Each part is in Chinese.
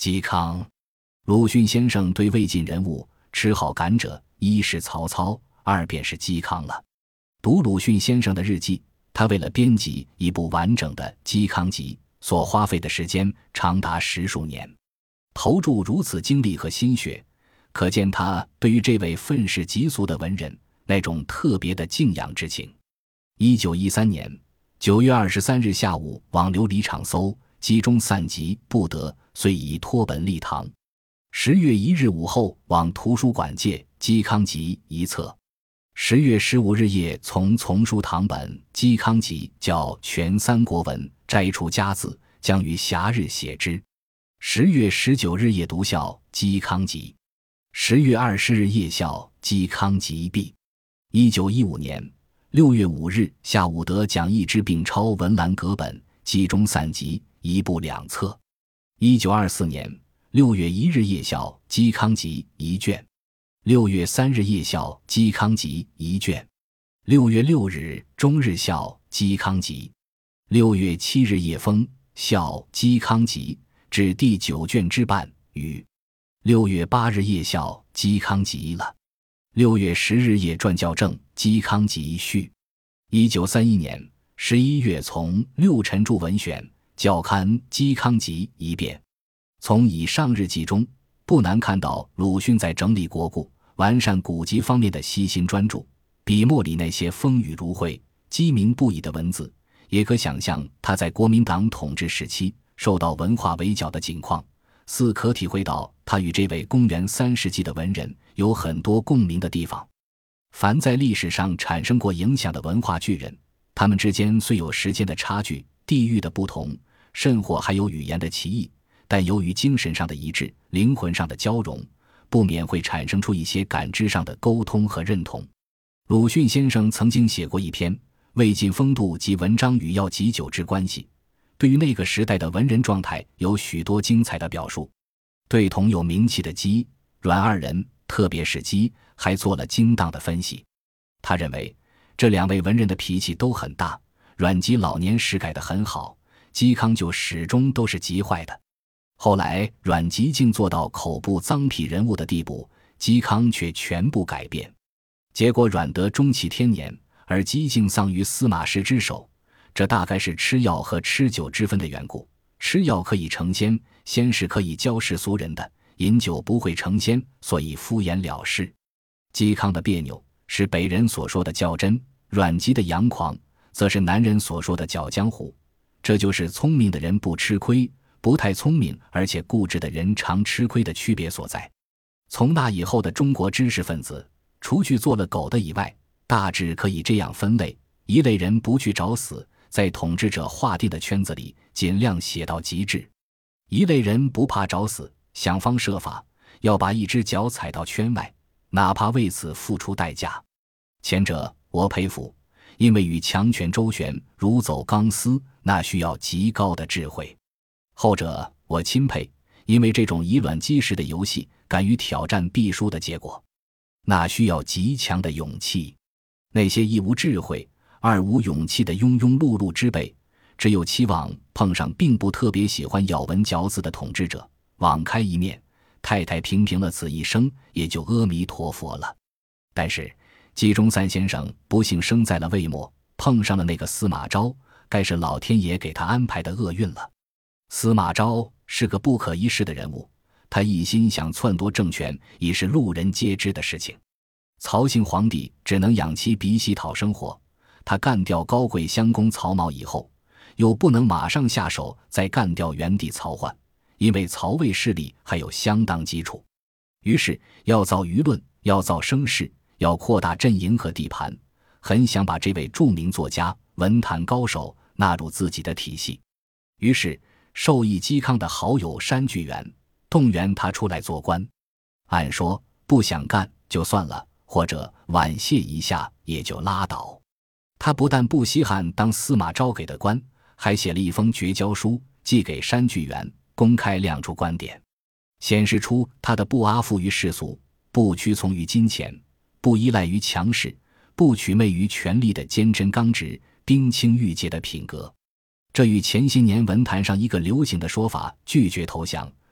嵇康。鲁迅先生对魏晋人物吃好感者，一是曹操，二便是嵇康了。读鲁迅先生的日记，他为了编辑一部完整的《嵇康集》所花费的时间长达10数年，投注如此精力和心血，可见他对于这位愤世嫉俗的文人那种特别的敬仰之情。1913年9月23日下午，往琉璃厂搜，集中散集不得，遂以托本立堂。10月1日午后，往图书馆借《嵇康集》一册。10月15日夜，从丛书堂本《嵇康集》较全三国文摘除家字，将于暇日写之。10月19日夜读校《嵇康集》，10月20日夜校《嵇康集》毕。1915年6月5日下午得蒋易之并抄文澜阁本《集中散集》一部2册。1924年6月1日夜校《嵇康集》一卷，6月3日夜校《嵇康集》一卷，6月6日中日校《嵇康集》，6月7日夜封校《嵇康集》至第9卷之半与6月8日夜校《嵇康集》了。6月10日夜撰校正《嵇康集序》。1931年11月从六陈著文选校刊《嵇康集》一遍。从以上日记中，不难看到鲁迅在整理国故、完善古籍方面的悉心专注，笔墨里那些风雨如晦、机鸣不已的文字，也可想象他在国民党统治时期受到文化围剿的境况，似可体会到他与这位公元3世纪的文人有很多共鸣的地方。凡在历史上产生过影响的文化巨人，他们之间虽有时间的差距、地域的不同，甚或还有语言的歧义，但由于精神上的一致、灵魂上的交融，不免会产生出一些感知上的沟通和认同。鲁迅先生曾经写过一篇《魏晋风度及文章与要及酒之关系》，对于那个时代的文人状态有许多精彩的表述。对同有名气的嵇、阮二人，特别是嵇，还做了精当的分析。他认为这2位文人的脾气都很大，阮籍老年时改得很好，嵇康就始终都是极坏的。后来阮籍竟做到口不脏痞人物的地步，嵇康却全部改变。结果阮得中气天年，而嵇竟丧于司马师之手，这大概是吃药和吃酒之分的缘故。吃药可以成仙，仙是可以教世俗人的，饮酒不会成仙，所以敷衍了事。嵇康的别扭是北人所说的较真，阮籍的阳狂则是南人所说的较江湖。这就是聪明的人不吃亏，不太聪明而且固执的人常吃亏的区别所在。从那以后的中国知识分子，除去做了狗的以外，大致可以这样分类：一类人不去找死，在统治者划定的圈子里尽量写到极致；一类人不怕找死，想方设法要把一只脚踩到圈外，哪怕为此付出代价。前者我佩服，因为与强权周旋如走钢丝，那需要极高的智慧；后者我钦佩，因为这种以卵击石的游戏敢于挑战必输的结果，那需要极强的勇气。那些一无智慧二无勇气的庸庸碌碌之辈，只有期望碰上并不特别喜欢咬文嚼字的统治者，网开一面，太太平平了此一生，也就阿弥陀佛了。但是嵇中三先生不幸生在了魏末，碰上了那个司马昭，该是老天爷给他安排的厄运了。司马昭是个不可一世的人物，他一心想篡夺政权，已是路人皆知的事情。曹姓皇帝只能养其鼻息讨生活，他干掉高贵襄公曹髦以后，又不能马上下手再干掉元帝曹奂，因为曹魏势力还有相当基础，于是要造舆论，要造声势，要扩大阵营和地盘，很想把这位著名作家、文坛高手纳入自己的体系。于是授意嵇康的好友山巨源，动员他出来做官。按说不想干就算了，或者婉谢一下也就拉倒。他不但不稀罕当司马昭给的官，还写了一封绝交书寄给山巨源，公开亮出观点，显示出他的不阿附于世俗，不屈从于金钱，不依赖于强势，不取媚于权力的坚贞刚直、冰清玉洁的品格。这与前些年文坛上一个流行的说法拒绝投降、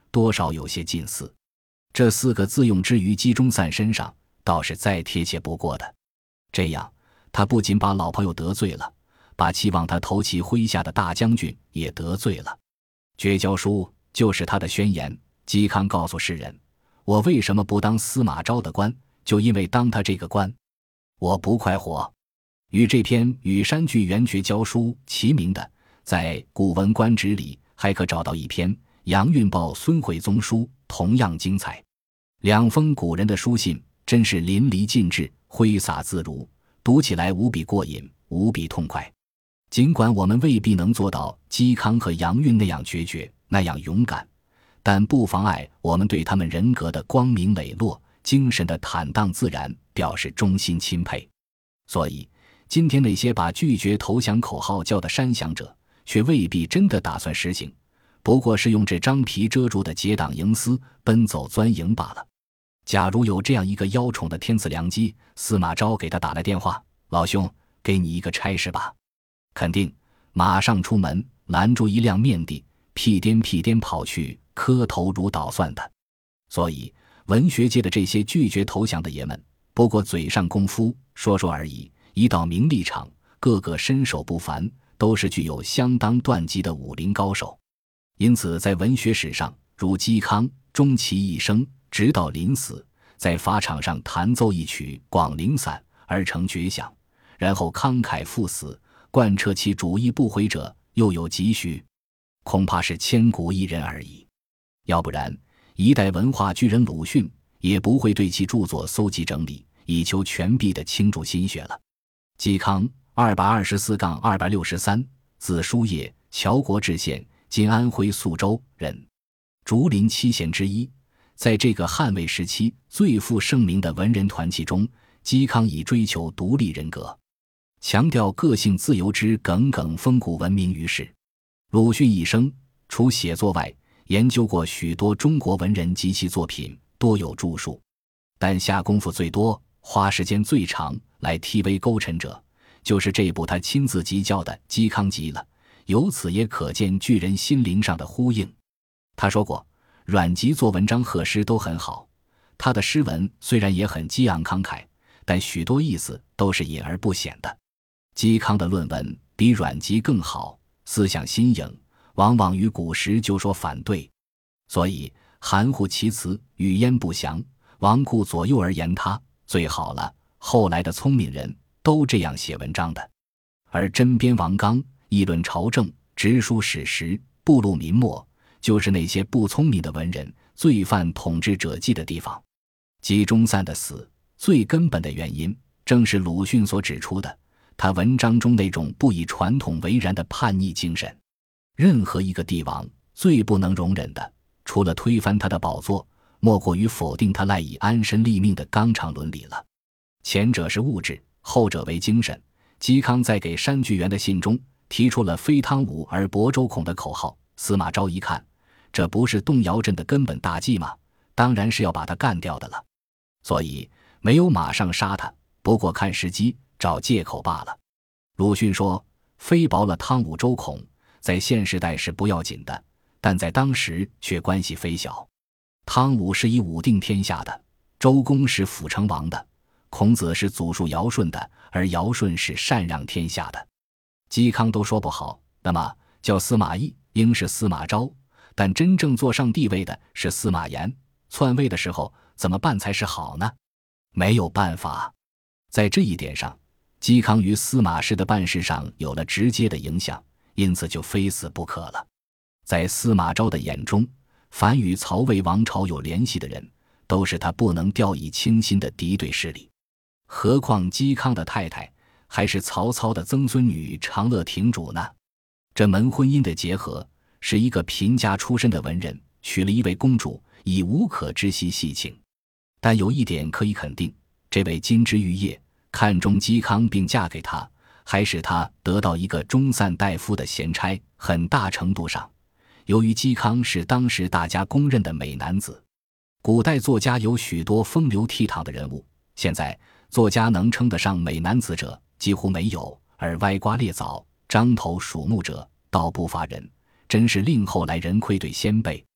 多少有些近似。这4个字用之于姬中散身上，倒是再贴切不过的。这样，他不仅把老朋友得罪了，把期望他投其麾下的大将军也得罪了。绝交书就是他的宣言。嵇康告诉世人，我为什么不当司马昭的官，就因为当他这个官，我不快活。与这篇与山巨源绝交书齐名的，在《古文观止》里还可找到一篇杨运报孙惠宗书，同样精彩。2封古人的书信真是淋漓尽致，挥洒自如，读起来无比过瘾，无比痛快。尽管我们未必能做到嵇康和杨运那样决绝，那样勇敢，但不妨碍我们对他们人格的光明磊落，精神的坦荡自然表示衷心钦佩。所以今天那些把拒绝投降口号叫得山响者，却未必真的打算实行，不过是用这张皮遮住的结党营私，奔走钻营罢了。假如有这样一个妖宠的天赐良机，司马昭给他打来电话，老兄，给你一个差事吧，肯定马上出门，拦住一辆面的，屁颠跑去，磕头如捣蒜的。所以文学界的这些拒绝投降的爷们，不过嘴上功夫说说而已，一到名利场，个个身手不凡，都是具有相当段级的武林高手。因此在文学史上，如嵇康终其一生，直到临死，在法场上弹奏一曲《广陵散》而成绝响，然后慷慨赴死，贯彻其主义不悔者，又有几许？恐怕是千古一人而已。要不然一代文化巨人鲁迅也不会对其著作搜集整理，以求全璧的倾注心血了。嵇康224-263，字叔夜，乔国治县（今安徽宿州）人，竹林七贤之一。在这个汉魏时期最负盛名的文人团体中，嵇康以追求独立人格，强调个性自由之耿耿风骨闻名于世。鲁迅一生除写作外，研究过许多中国文人及其作品，多有著述，但下功夫最多，花时间最长来提为勾陈者，就是这部他亲自集教的《嵇康集》了。由此也可见巨人心灵上的呼应。他说过，阮籍做文章和诗都很好，他的诗文虽然也很激昂慷慨，但许多意思都是隐而不显的。嵇康的论文比阮籍更好，思想新颖，往往与古时就说反对，所以含糊其辞，语焉不详，纨绔左右而言他最好了。后来的聪明人都这样写文章的。而针砭王纲，议论朝政，直抒史实，步入民末，就是那些不聪明的文人罪犯统治者忌的地方。嵇中散的死，最根本的原因正是鲁迅所指出的，他文章中那种不以传统为然的叛逆精神。任何一个帝王最不能容忍的，除了推翻他的宝座，莫过于否定他赖以安身立命的纲常伦理了。前者是物质，后者为精神。嵇康在给山巨源的信中提出了非汤武而薄周孔的口号，司马昭一看，这不是动摇朕的根本大计吗？当然是要把他干掉的了。所以没有马上杀他，不过看时机，找借口罢了。鲁迅说，非薄了汤武周孔，在现时代是不要紧的，但在当时却关系非小。汤武是以武定天下的，周公是辅成王的，孔子是祖述尧舜的，而尧舜是禅让天下的。嵇康都说不好，那么叫司马懿应是司马昭，但真正坐上帝位的是司马炎，篡位的时候怎么办才是好呢？没有办法。在这一点上，嵇康于司马氏的办事上有了直接的影响，因此就非死不可了。在司马昭的眼中，凡与曹魏王朝有联系的人，都是他不能掉以轻心的敌对势力。何况嵇康的太太还是曹操的曾孙女长乐亭主呢？这门婚姻的结合，是一个贫家出身的文人娶了一位公主，已无可知悉细情。但有一点可以肯定，这位金枝玉叶看中嵇康并嫁给他，还使他得到一个中散大夫的闲差。很大程度上，由于嵇康是当时大家公认的美男子。古代作家有许多风流倜傥的人物，现在作家能称得上美男子者几乎没有，而歪瓜裂枣、獐头鼠目者倒不乏人，真是令后来人愧对先辈。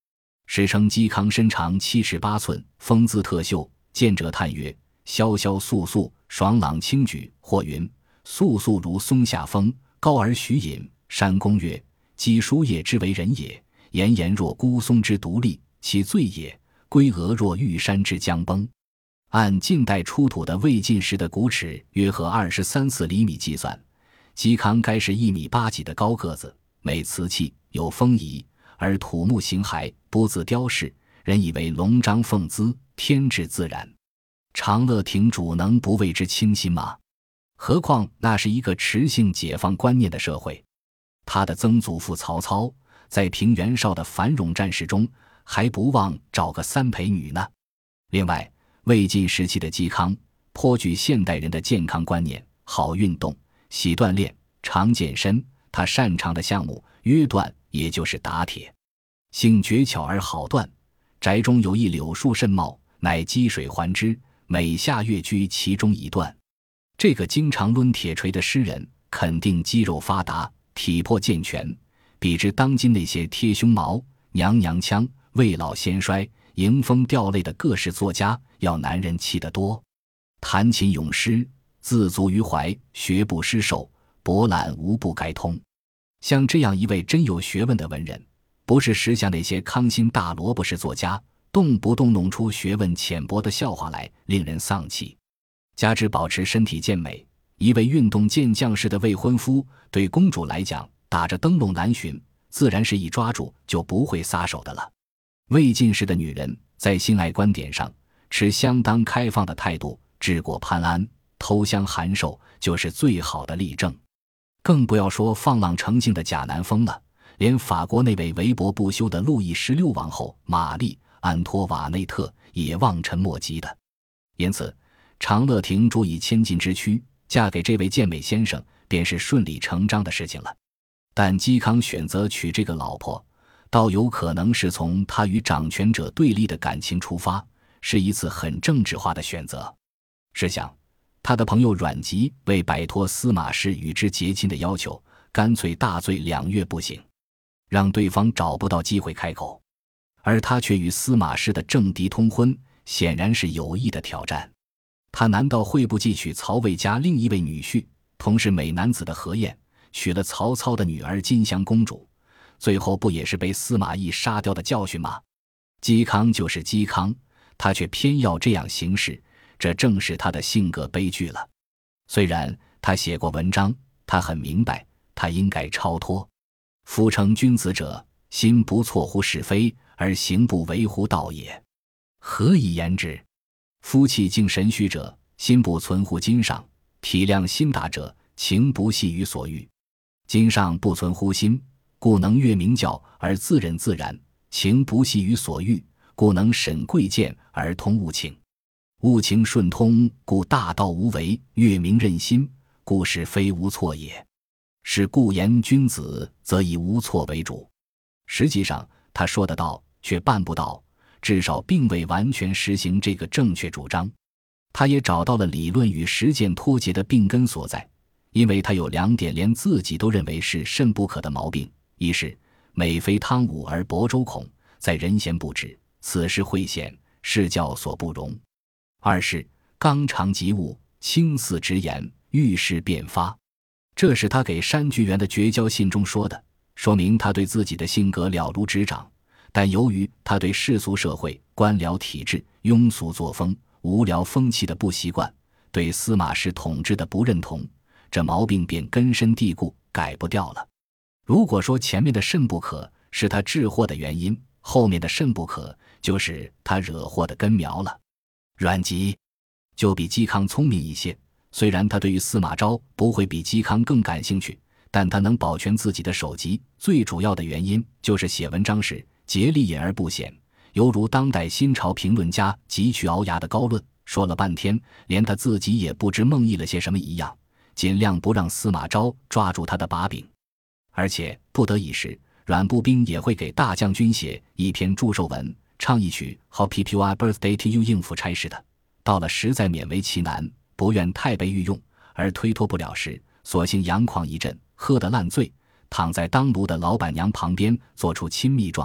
史称嵇康身长78寸，风姿特秀，见者叹曰：萧萧肃肃，爽朗轻举。或云：肃肃如松下风，高而许隐。山公曰：嵇叔夜之为人也，炎炎若孤松之独立，其罪也；龟峨若玉山之将崩。按近代出土的魏晋时的骨尺约合23-4厘米计算，嵇康该是1米8几的高个子，美瓷器，有风仪，而土木形骸，不自雕饰，人以为龙章凤姿，天质自然。长乐亭主能不为之倾心吗？何况那是一个持性解放观念的社会。他的曾祖父曹操在平袁绍的繁荣战事中还不忘找个3陪女呢。另外，魏晋时期的嵇康颇具现代人的健康观念，好运动，喜锻炼，常健身。他擅长的项目约锻，也就是打铁。性绝巧而好锻，宅中有一柳树甚茂，乃积水还之，每下月居其中一段。这个经常抡铁锤的诗人肯定肌肉发达，体魄健全，比之当今那些贴胸毛、娘娘腔、未老先衰、迎风掉泪的各式作家要男人气得多。弹琴咏诗，自足于怀，学不失手，博览无不该通。像这样一位真有学问的文人，不是时下那些康心大萝卜式作家，动不动弄出学问浅薄的笑话来，令人丧气。加之保持身体健美，一位运动健将式的未婚夫，对公主来讲，打着灯笼难寻，自然是一抓住就不会撒手的了。魏晋时的女人在性爱观点上持相当开放的态度，治国潘安、偷香函授就是最好的例证。更不要说放浪成性的贾南风了，连法国那位唯博不休的路易16王后玛丽·安托瓦内特也望尘莫及的。因此长乐亭主以千金之躯嫁给这位健美先生，便是顺理成章的事情了。但嵇康选择娶这个老婆，倒有可能是从他与掌权者对立的感情出发，是一次很政治化的选择。试想，他的朋友阮籍为摆脱司马氏与之结亲的要求，干脆大醉2月不醒，让对方找不到机会开口，而他却与司马氏的政敌通婚，显然是有意的挑战。他难道会不记取曹魏家另一位女婿，同是美男子的何晏，娶了曹操的女儿金香公主，最后不也是被司马懿杀掉的教训吗？嵇康就是嵇康，他却偏要这样行事，这正是他的性格悲剧了。虽然他写过文章，他很明白他应该超脱。夫称君子者，心不错乎是非，而行不违乎道也。何以言之？夫气敬神虚者，心不存乎今上；体谅心达者，情不系于所欲。今上不存乎心，故能悦明教而自忍自然；情不系于所欲，故能审贵贱而通物情。物情顺通，故大道无为；悦明任心，故是非无错也。是故言君子，则以无错为主。实际上，他说得到，却办不到，至少并未完全实行这个正确主张。他也找到了理论与实践脱节的病根所在，因为他有2点连自己都认为是甚不可的毛病：一是美非汤武而薄周孔，在人贤不止，此事会显，是教所不容；二是纲常及物，轻似直言，遇事便发。这是他给山居元的绝交信中说的，说明他对自己的性格了如指掌，但由于他对世俗社会、官僚体制、庸俗作风、无聊风气的不习惯，对司马氏统治的不认同，这毛病便根深蒂固，改不掉了。如果说前面的甚不可是他治祸的原因，后面的甚不可就是他惹祸的根苗了。阮籍就比嵇康聪明一些，虽然他对于司马昭不会比嵇康更感兴趣，但他能保全自己的首级，最主要的原因就是写文章时竭力隐而不显，犹如当代新潮评论家急取鳌牙的高论，说了半天连他自己也不知梦呓了些什么一样，尽量不让司马昭抓住他的把柄。而且不得已时，阮步兵也会给大将军写一篇祝寿文，唱一曲 Happy Birthday to You 应付差事的。到了实在勉为其难，不愿太被御用，而推脱不了时，索性佯狂一阵，喝得烂醉，躺在当炉的老板娘旁边做出亲密状，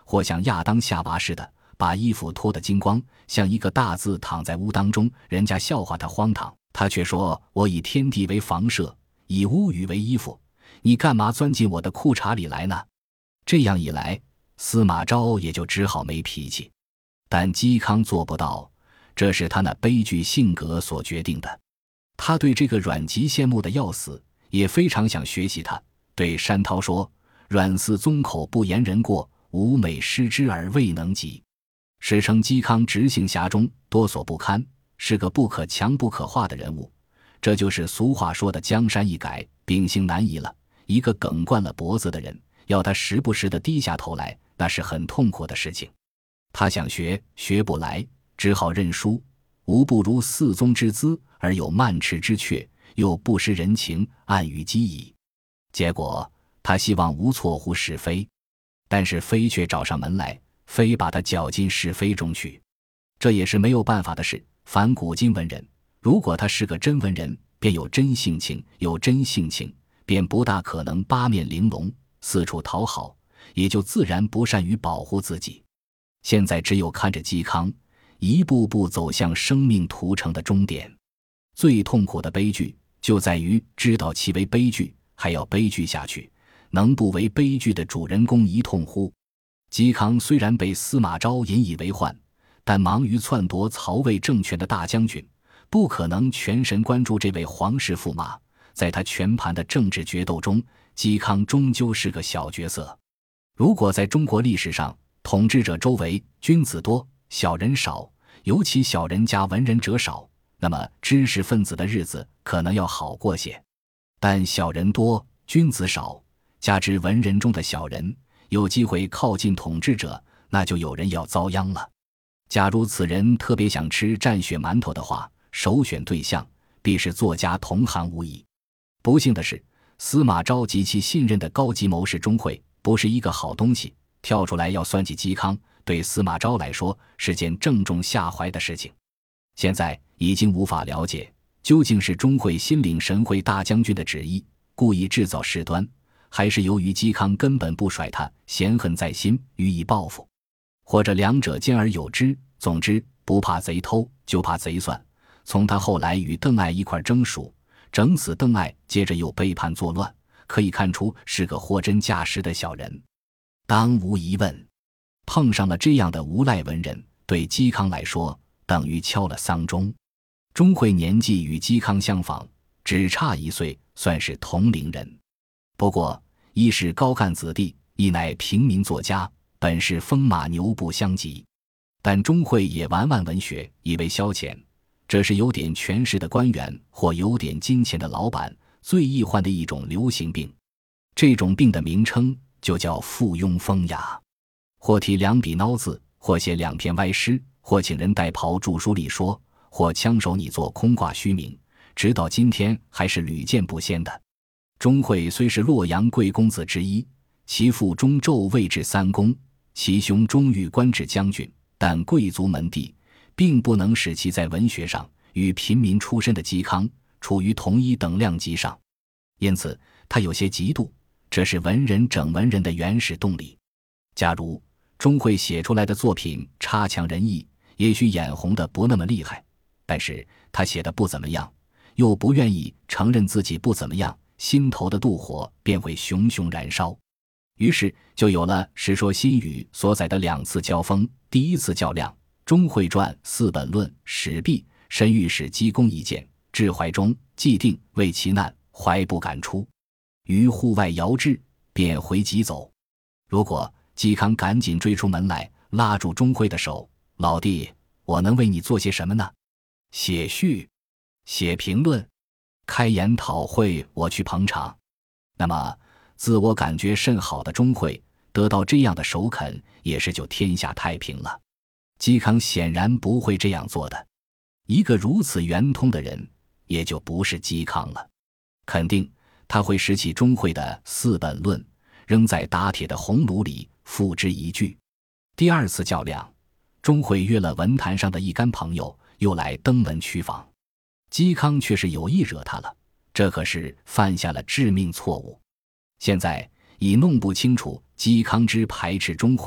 或像亚当夏娃似的，把衣服脱得精光，像一个大字躺在屋当中，人家笑话他荒唐，他却说我以天地为房舍，以屋宇为衣服，你干嘛钻进我的裤衩里来呢？这样一来，司马昭也就只好没脾气。但嵇康做不到，这是他那悲剧性格所决定的。他对这个阮籍羡慕的要死，也非常想学习他，对山涛说：阮嗣宗口不言人过，吾每失之而未能及。史称嵇康直性侠中，多所不堪，是个不可强不可化的人物。这就是俗话说的江山易改，秉性难移了。一个梗惯了脖子的人，要他时不时地低下头来，那是很痛苦的事情。他想学，学不来，只好认输。吾不如嗣宗之资，而有慢驰之阙，又不失人情，暗于机矣。结果他希望无错乎是非，但是非却找上门来，非把他搅进是非中去。这也是没有办法的事。凡古今文人，如果他是个真文人，便有真性情，有真性情，便不大可能八面玲珑，四处讨好，也就自然不善于保护自己。现在只有看着嵇康一步步走向生命途程的终点。最痛苦的悲剧就在于知道其为悲剧，还要悲剧下去，能不为悲剧的主人公一痛乎？嵇康虽然被司马昭引以为患，但忙于篡夺曹魏政权的大将军，不可能全神关注这位皇室驸马。在他全盘的政治决斗中，嵇康终究是个小角色。如果在中国历史上，统治者周围君子多，小人少，尤其小人家文人者少，那么知识分子的日子可能要好过些。但小人多，君子少，加之文人中的小人有机会靠近统治者，那就有人要遭殃了。假如此人特别想吃蘸血馒头的话，首选对象必是作家同行无疑。不幸的是，司马昭及其信任的高级谋士钟会不是一个好东西，跳出来要算计嵇康，对司马昭来说是件正中下怀的事情。现在已经无法了解，究竟是钟会心领神会大将军的旨意，故意制造事端，还是由于嵇康根本不甩他，嫌恨在心，予以报复，或者两者兼而有之。总之，不怕贼偷，就怕贼算。从他后来与邓艾一块争蜀，整死邓艾，接着又背叛作乱，可以看出是个货真价实的小人。当无疑问，碰上了这样的无赖文人，对嵇康来说等于敲了丧钟。钟会年纪与嵇康相仿，只差1岁，算是同龄人。不过一是高干子弟，一乃平民作家，本是风马牛不相及。但钟会也玩玩文学，以为消遣，这是有点权势的官员或有点金钱的老板最易患的一种流行病。这种病的名称就叫附庸风雅，或提2笔孬字，或写2篇歪诗，或请人代袍著书立说，或枪手拟作空挂虚名，直到今天还是屡见不鲜的。钟会虽是洛阳贵公子之一，其父钟胄位至3公，其兄钟毓官至将军，但贵族门第并不能使其在文学上与平民出身的嵇康处于同一等量级上，因此他有些嫉妒，这是文人整文人的原始动力。假如钟会写出来的作品差强人意，也许眼红的不那么厉害，但是他写的不怎么样，又不愿意承认自己不怎么样，心头的妒火便会熊熊燃烧。于是就有了《世说新语》所载的2次交锋。第一次较量，钟会传4本论，史毕，申御史嵇公一见，至怀中，既定，为其难，怀不敢出。于户外遥至，便回即走。如果嵇康赶紧追出门来，拉住钟会的手：“老弟，我能为你做些什么呢？写序，写评论，开研讨会，我去捧场。”那么自我感觉甚好的钟会得到这样的首肯，也是就天下太平了。嵇康显然不会这样做的，一个如此圆通的人，也就不是嵇康了。肯定他会拾起钟会的4本论，扔在打铁的红炉里，付之一炬。第2次较量，钟会约了文坛上的一干朋友，又来登门曲访。嵇康却是有意惹他了，这可是犯下了致命错误。现在已弄不清楚嵇康之排斥钟会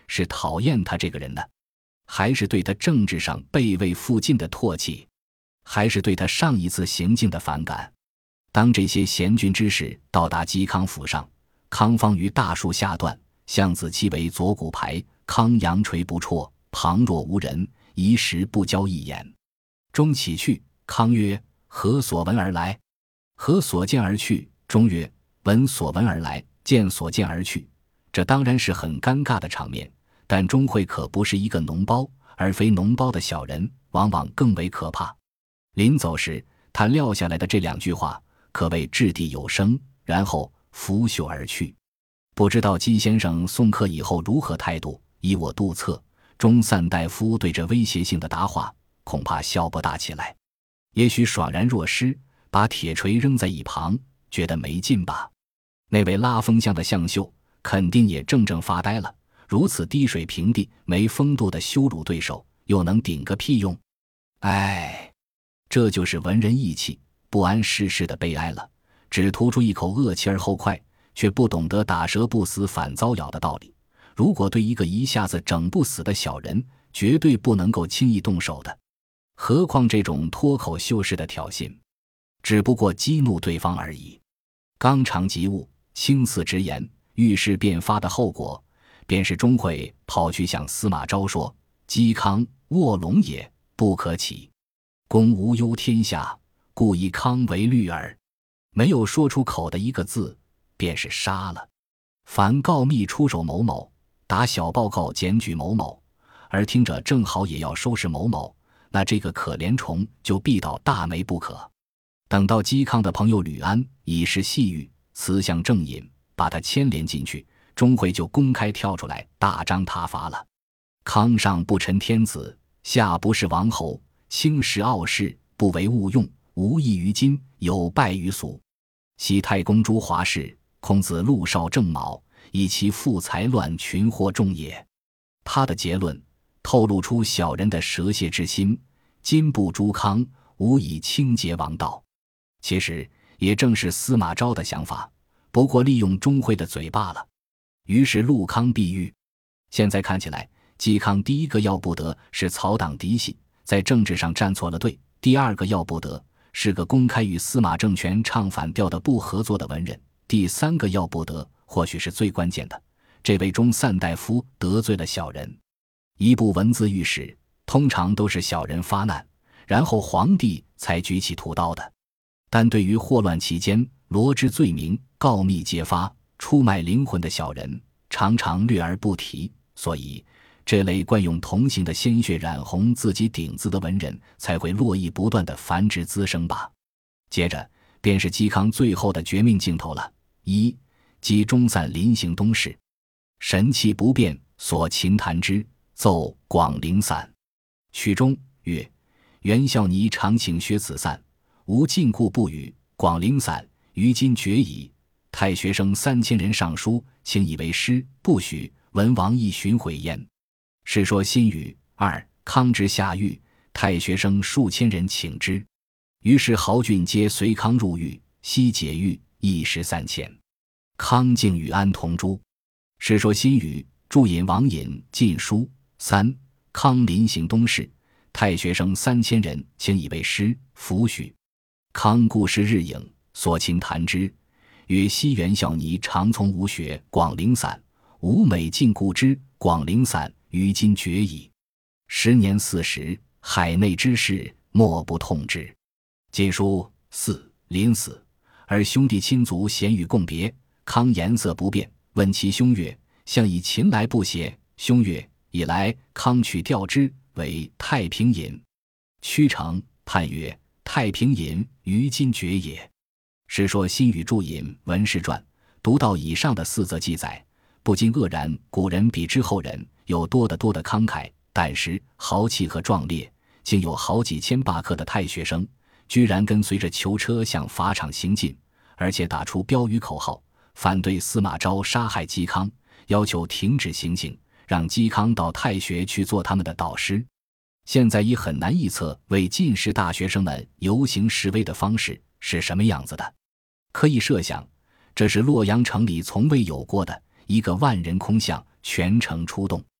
是讨厌他这个人呢？还是对他政治上背位附近的唾弃？还是对他上一次行径的反感？当这些贤君之士到达嵇康府上，康方于大树下断，向子期为左骨牌，康扬垂不辍，旁若无人，一时不交一言。中起去，康曰：何所闻而来？何所见而去？中曰：闻所闻而来，见所见而去。这当然是很尴尬的场面，但钟会可不是一个脓包，而非脓包的小人，往往更为可怕。临走时，他撂下来的这2句话可谓掷地有声，然后拂袖而去。不知道嵇先生送客以后如何态度，以我度测，中散大夫对这威胁性的答话恐怕笑不大起来，也许爽然若失，把铁锤扔在一旁，觉得没劲吧。那位拉风箱的向秀肯定也怔发呆了，如此低水平地没风度的羞辱对手，又能顶个屁用？哎，这就是文人义气不谙世事的悲哀了，只吐出一口恶气而后快，却不懂得打蛇不死反遭咬的道理。如果对一个一下子整不死的小人，绝对不能够轻易动手的，何况这种脱口秀式的挑衅，只不过激怒对方而已。刚肠即悟，轻刺直言，遇事便发的后果，便是钟会跑去向司马昭说：嵇康卧龙也，不可起。公无忧天下，故以康为虑耳。没有说出口的一个字，便是杀了。凡告密出手某某，打小报告检举某某，而听者正好也要收拾某某，那这个可怜虫就必倒大霉不可。等到嵇康的朋友吕安以是细语，辞向正饮，把他牵连进去，钟会就公开跳出来大张挞伐了。康上不陈天子，下不是王侯，轻视傲世，不为物用，无益于今，有败于俗。昔太公诸华氏，孔子陆少正卯，以其富财乱群祸众也。他的结论透露出小人的蛇蝎之心，今不诛康，无以清洁王道。其实也正是司马昭的想法，不过利用钟会的嘴罢了。于是陆康必愈。现在看起来，嵇康第一个要不得是草党嫡系，在政治上站错了队；第二个要不得是个公开与司马政权唱反调的不合作的文人；第三个要不得或许是最关键的，这位中散大夫得罪了小人。一部文字狱史通常都是小人发难，然后皇帝才举起屠刀的，但对于祸乱期间罗织罪名、告密揭发、出卖灵魂的小人，常常略而不提，所以这类惯用同行的鲜血染红自己顶子的文人才会络绎不断的繁殖滋生吧。接着便是嵇康最后的绝命镜头了。一，即中散临行东市，神气不变，所琴弹之，奏广陵散。曲中曰：袁孝尼常请薛此散，吾禁锢不语，广陵散于今绝矣。太学生3000人上书，请以为诗，不许，文王亦寻毁焉。是说新语。二，康之下狱，太学生数千人请之，于是豪俊皆随康入狱，悉解狱，一时3000。康竟与安同诛。是说新语。注引王隐禁书。三，康临行东市，太学生3000人，请以为诗，弗许。康故事日影，所琴弹之，曰：昔袁孝尼常从吾学广陵散，吾每禁锢之，广陵散于今绝矣。10年40，海内之事，莫不痛之。晋书。四，临死，而兄弟亲族咸与共别。康颜色不变，问其兄曰：相以秦来不谐？兄曰：以来。康取调之，为太平尹。屈成叹曰：太平尹于今绝也。是说新语注引文士传，读到以上的4则记载，不禁愕然，古人比之后人有多得多的慷慨、胆识、豪气和壮烈，竟有好几千罢课的太学生居然跟随着囚车向法场行进，而且打出标语口号，反对司马昭杀害嵇康，要求停止行刑，让嵇康到太学去做他们的导师。现在已很难臆测为进士大学生们游行示威的方式是什么样子的。可以设想，这是洛阳城里从未有过的一个万人空巷，全城出动。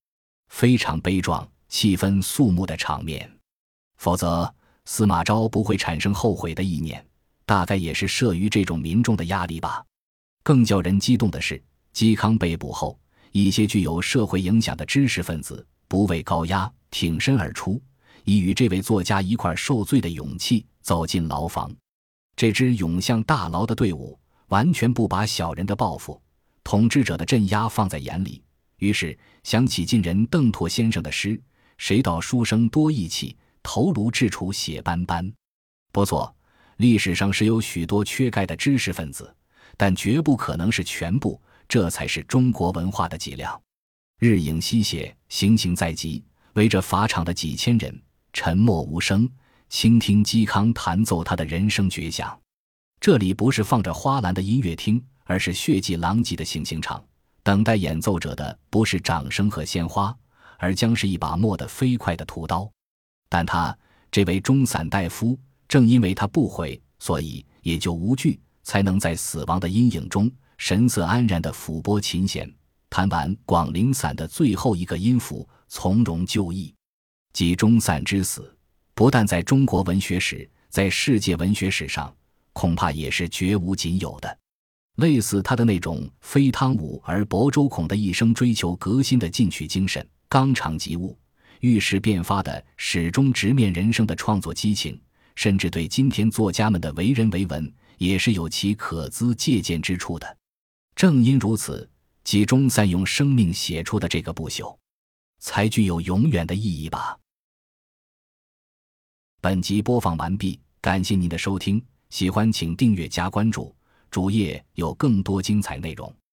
非常悲壮、气氛肃穆的场面。否则，司马昭不会产生后悔的意念，大概也是慑于这种民众的压力吧。更叫人激动的是，嵇康被捕后，一些具有社会影响的知识分子不畏高压，挺身而出，以与这位作家一块受罪的勇气走进牢房。这支涌向大牢的队伍完全不把小人的报复、统治者的镇压放在眼里，于是想起近人邓拓先生的诗：谁道书生多义气，头颅至处血斑斑。不错，历史上是有许多缺钙的知识分子，但绝不可能是全部，这才是中国文化的脊梁。日影西斜，行刑在即，围着法场的几千人沉默无声，倾听嵇康弹奏他的人生绝响。这里不是放着花篮的音乐厅，而是血迹狼藉的行刑场，等待演奏者的不是掌声和鲜花，而将是一把磨得飞快的屠刀。但他这位中散大夫，正因为他不悔，所以也就无惧，才能在死亡的阴影中神色安然地抚拨琴弦，弹完《广陵散》的最后一个音符，从容就义。即中散之死，不但在中国文学史，在世界文学史上恐怕也是绝无仅有的。类似他的那种非汤武而薄周孔的一生追求革新的进取精神，纲常及物，遇事变发的始终直面人生的创作激情，甚至对今天作家们的为人为文也是有其可资借鉴之处的。正因如此，嵇中散用生命写出的这个不朽，才具有永远的意义吧。本集播放完毕，感谢您的收听，喜欢请订阅加关注，主页有更多精彩内容。